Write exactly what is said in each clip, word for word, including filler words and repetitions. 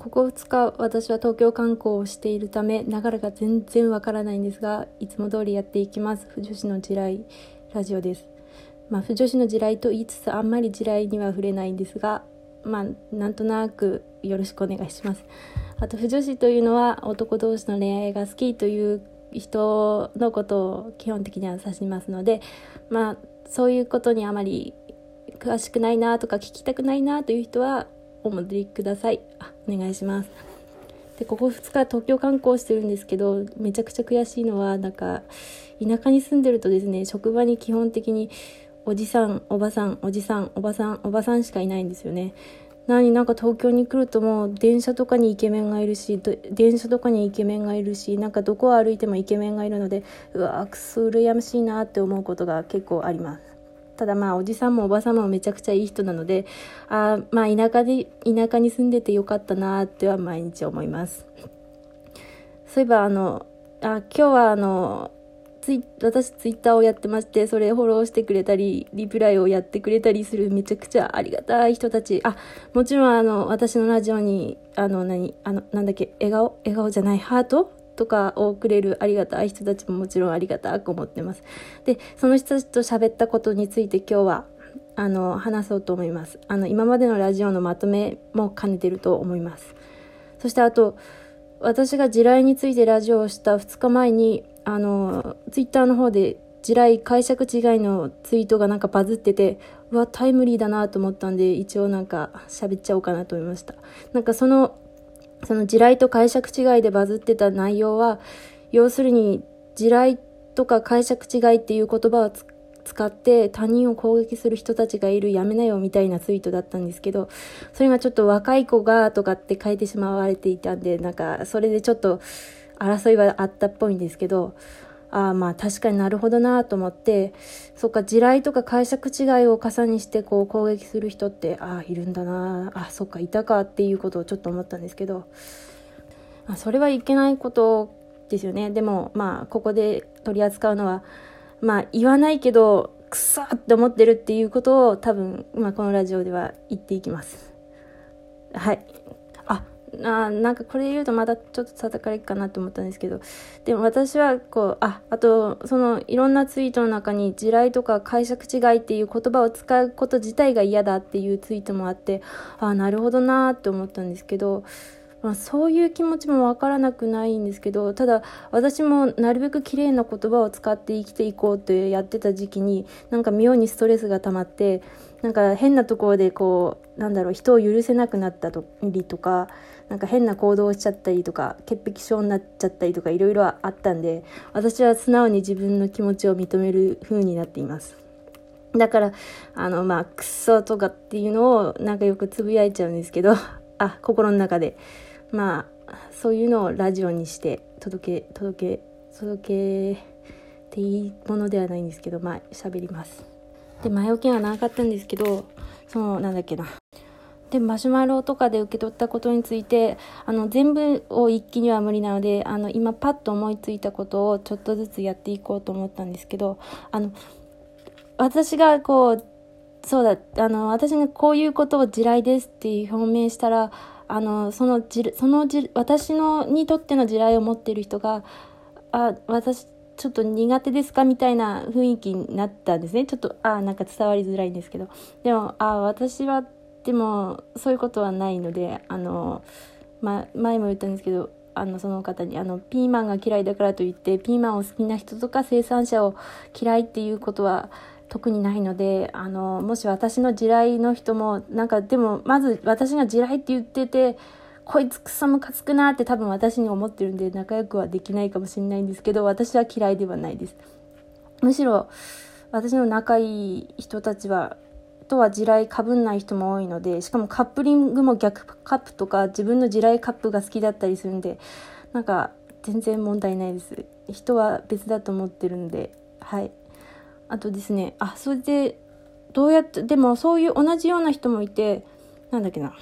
ここふつか私は東京観光をしているため流れが全然わからないんですが、いつも通りやっていきます。不女子の地雷ラジオです。まあ不女子の地雷と言いつつあんまり地雷には触れないんですが、まあなんとなくよろしくお願いします。あと不女子というのは男同士の恋愛が好きという人のことを基本的には指しますので、まあそういうことにあまり詳しくないなとか聞きたくないなという人はお戻りください。あ、お願いします。で、ここふつか東京観光してるんですけど、めちゃくちゃ悔しいのは、なんか田舎に住んでるとですね、職場に基本的におじさん、おばさん、おじさん、おばさん、おばさんしかいないんですよね。なのになんか東京に来るともう電車とかにイケメンがいるし、電車とかにイケメンがいるし、なんかどこを歩いてもイケメンがいるので、うわーくそ羨ましいなって思うことが結構あります。ただまあおじさんもおばさんもめちゃくちゃいい人なので、あまあ田舎で田舎に住んでてよかったなっては毎日思います。そういえばあのあ今日はあのツイ私ツイッターをやってまして、それフォローしてくれたりリプライをやってくれたりするめちゃくちゃありがたい人たち、あもちろんあの私のラジオにあの何あのなんだっけ笑顔笑顔じゃないハートとかをくれるありがたい人たちももちろんありがたく思ってます。で、その人たちと喋ったことについて今日はあの話そうと思います。あの今までのラジオのまとめも兼ねてると思います。そしてあと私が地雷についてラジオをしたふつかまえにあのツイッターの方で地雷解釈違いのツイートがなんかバズってて、うわタイムリーだなと思ったんで、一応なんか喋っちゃおうかなと思いました。なんかそのその地雷と解釈違いでバズってた内容は、要するに地雷とか解釈違いっていう言葉を使って他人を攻撃する人たちがいる、やめなよみたいなツイートだったんですけど、それがちょっと若い子がとかって書いてしまわれていたんで、なんかそれでちょっと争いはあったっぽいんですけど、ああまあ確かになるほどなと思って、そっか地雷とか解釈違いを傘にしてこう攻撃する人ってああいるんだなあ、そっかいたかっていうことをちょっと思ったんですけど、あそれはいけないことですよね。でもまあここで取り扱うのはまあ言わないけどくそーって思ってるっていうことを多分、まあ、このラジオでは言っていきます。はい。ああなんかこれ言うとまたちょっと叩かれるかなと思ったんですけど、でも私はこうああとそのいろんなツイートの中に地雷とか解釈違いっていう言葉を使うこと自体が嫌だっていうツイートもあって、あなるほどなって思ったんですけど、まあ、そういう気持ちもわからなくないんですけど、ただ私もなるべく綺麗な言葉を使って生きていこうってやってた時期になんか妙にストレスが溜まって、なんか変なところでこうなんだろう人を許せなくなったりとか、なんか変な行動をしちゃったりとか潔癖症になっちゃったりとかいろいろあったんで、私は素直に自分の気持ちを認める風になっています。だからあのまあクソとかっていうのをなんかよくつぶやいちゃうんですけどあ心の中でまあそういうのをラジオにして届け届け届けていいものではないんですけど、まあ喋ります。で前置きが長かったんですけど、そのなんだっけなでマシュマロとかで受け取ったことについてあの全部を一気には無理なので、あの今パッと思いついたことをちょっとずつやっていこうと思ったんですけど、あの私がこうそうだあの私がこういうことを地雷ですって表明したら、あのそのじそのじ私のにとっての地雷を持っている人があ私ちょっと苦手ですかみたいな雰囲気になったんですね。ちょっとあなんか伝わりづらいんですけど、でもあ私はでもそういうことはないので、あの、ま、前も言ったんですけど、あのその方にあのピーマンが嫌いだからといってピーマンを好きな人とか生産者を嫌いっていうことは特にないので、あのもし私の地雷の人もなんかでもまず私が地雷って言っててこいつくそムカつくなって多分私に思ってるんで仲良くはできないかもしれないんですけど、私は嫌いではないです。むしろ私の仲いい人たちはとは地雷かぶんない人も多いので、しかもカップリングも逆カップとか自分の地雷カップが好きだったりするんで、なんか全然問題ないです。人は別だと思ってるんで。はい。あとですね、あそれでどうやってでもそういう同じような人もいて、なんだっけな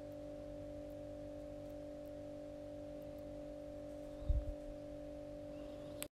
えっ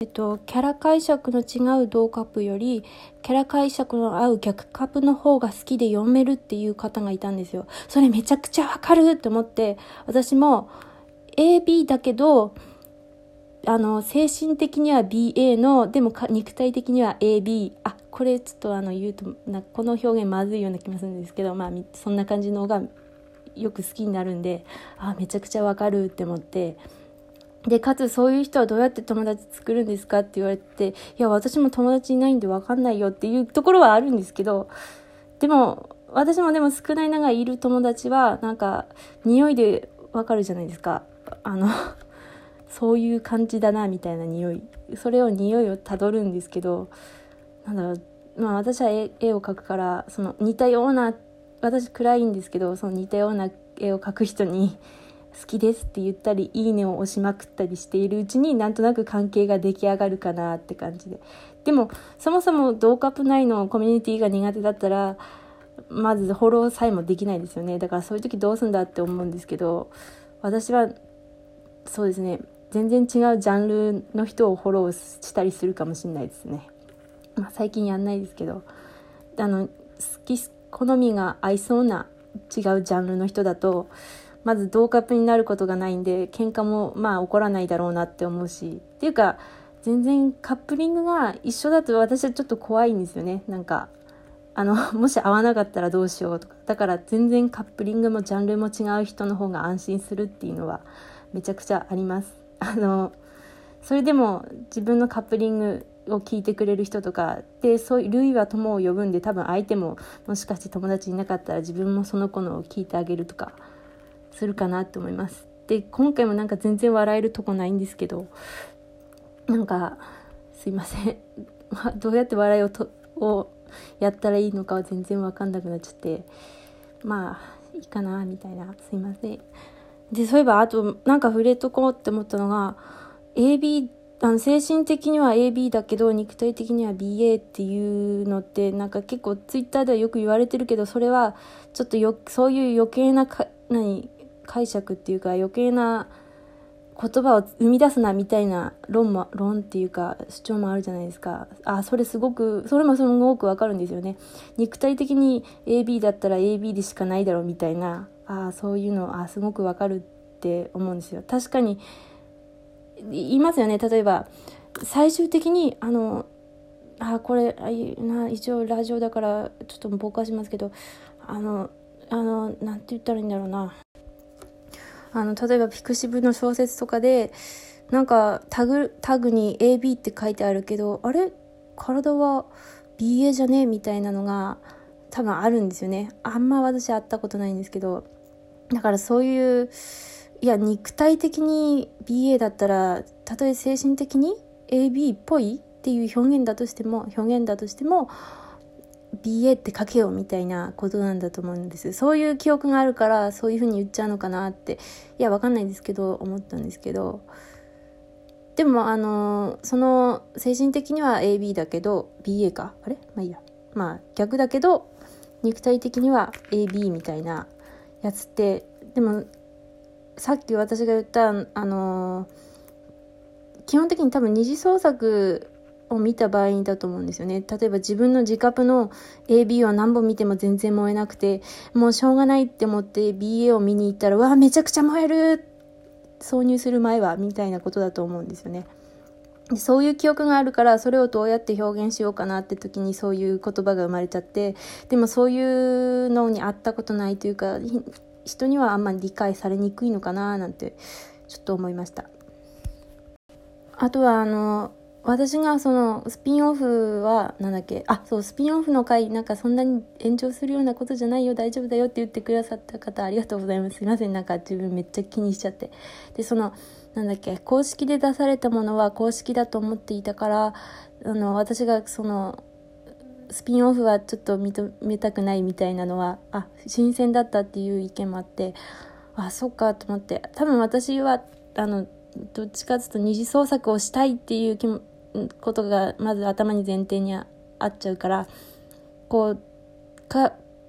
と、キャラ解釈の違う同カップよりキャラ解釈の合う逆カップの方が好きで読めるっていう方がいたんですよ。それめちゃくちゃわかるって思って、私も エービー だけどあの精神的には ビーエー のでも肉体的には エービー、 あこれちょっとあの言うとなこの表現まずいような気もするんですけど、まあそんな感じのがよく好きになるんで、あめちゃくちゃわかるって思って、でかつそういう人はどうやって友達作るんですかって言われて、いや私も友達いないんでわかんないよっていうところはあるんですけど、でも私もでも少ないながらいる友達はなんか匂いでわかるじゃないですか。あのそういう感じだなみたいな匂い、それを匂いをたどるんですけど、なんだろう、まあ私は絵、絵を描くからその似たような、私暗いんですけど、その似たような絵を描く人に好きですって言ったりいいねを押しまくったりしているうちになんとなく関係が出来上がるかなって感じで、でもそもそも同カップ内のコミュニティが苦手だったらまずフォローさえもできないですよね。だからそういう時どうすんだって思うんですけど、私はそうですね、全然違うジャンルの人をフォローしたりするかもしれないですね。まあ最近やんないですけど、あの好き好みが合いそうな違うジャンルの人だとまず同カップになることがないんで、喧嘩もまあ起こらないだろうなって思うし、っていうか全然カップリングが一緒だと私はちょっと怖いんですよね。なんかあのもし合わなかったらどうしようとか、だから全然カップリングもジャンルも違う人の方が安心するっていうのはめちゃくちゃあります。あのそれでも自分のカップリングを聞いてくれる人とかで、そういう類は友を呼ぶんで、多分相手ももしかして友達いなかったら自分もその子のを聞いてあげるとかするかなと思います。で今回もなんか全然笑えるとこないんですけど、なんかすいませんどうやって笑いをとをやったらいいのかは全然分かんなくなっちゃって、まあいいかなみたいな、すいません。でそういえばあとなんか触れとこうって思ったのが、 エービー あの精神的には エービー だけど肉体的には ビーエー っていうのってなんか結構ツイッターではよく言われてるけど、それはちょっとよそういう余計なか何解釈っていうか余計な言葉を生み出すなみたいな論も論っていうか主張もあるじゃないですか。あ、それすごくそれもすごくわかるんですよね。肉体的に エービー だったら エービー でしかないだろうみたいな、あ、そういうのあすごくわかるって思うんですよ。確かに言いますよね。例えば最終的にあのあこれあな一応ラジオだからちょっとぼかしますけど、あのあのなんて言ったらいいんだろうな、あの例えばピクシブの小説とかでなんかタグタグに エービー って書いてあるけど、あれ体は ビーエー じゃねみたいなのが多分あるんですよね。あんま私会ったことないんですけど、だからそういういや肉体的に ビーエー だったらたとえ精神的に エービー っぽいっていう表現だとしても表現だとしても ビーエー って書けよみたいなことなんだと思うんです。そういう記憶があるからそういう風に言っちゃうのかなって、いやわかんないですけど思ったんですけど、でもあのその精神的には エービー だけど ビーエー かあれまあいいや、まあ逆だけど肉体的には エービー みたいなやつって、でもさっき私が言ったあの基本的に多分二次創作を見た場合だと思うんですよね。例えば自分の自カプの エービー を何本見ても全然燃えなくてもうしょうがないって思って ビーエー を見に行ったらわあめちゃくちゃ燃える挿入する前はみたいなことだと思うんですよね。でそういう記憶があるからそれをどうやって表現しようかなって時にそういう言葉が生まれちゃって、でもそういうのに会ったことないというか人にはあんまり理解されにくいのかななんてちょっと思いました。あとはあの私がそのスピンオフはなんだっけあそうスピンオフの回なんかそんなに炎上するようなことじゃないよ大丈夫だよって言ってくださった方ありがとうございます。すいません、なんか自分めっちゃ気にしちゃって、でそのなんだっけ公式で出されたものは公式だと思っていたから、あの私がそのスピンオフはちょっと認めたくないみたいなのはあ新鮮だったっていう意見もあって、あそっかと思って、多分私はあのどっちかというと二次創作をしたいっていう気もことがまず頭に前提にあっちゃうから、こうか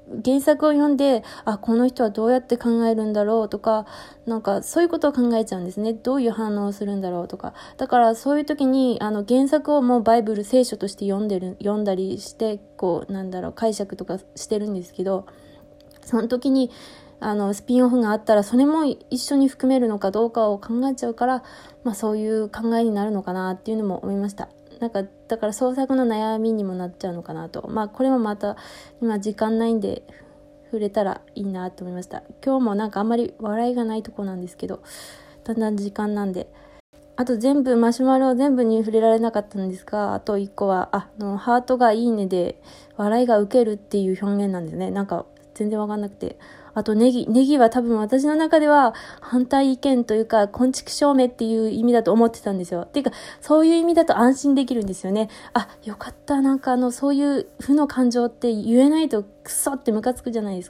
原作を読んで、あ、この人はどうやって考えるんだろうとか、なんかそういうことを考えちゃうんですね。どういう反応をするんだろうとか。だからそういう時に、あの原作をもうバイブル、聖書として読んでる、読んだりして、こう、なんだろう、解釈とかしてるんですけど、その時に、あの、スピンオフがあったら、それも一緒に含めるのかどうかを考えちゃうから、まあそういう考えになるのかなっていうのも思いました。なんか、だから創作の悩みにもなっちゃうのかなと。まあこれもまた、今時間ないんで、触れたらいいなと思いました。今日もなんかあんまり笑いがないとこなんですけど、だんだん時間なんで。あと全部、マシュマロ全部に触れられなかったんですが、あと一個は、あの、ハートがいいねで、笑いが受けるっていう表現なんですね。なんか、全然わかんなくて。あとネギ。ネギは多分私の中では反対意見というか、昆虫証明っていう意味だと思ってたんですよ。っていうか、そういう意味だと安心できるんですよね。あ、よかった。なんかあの、そういう負の感情って言えないとクソってムカつくじゃないですか。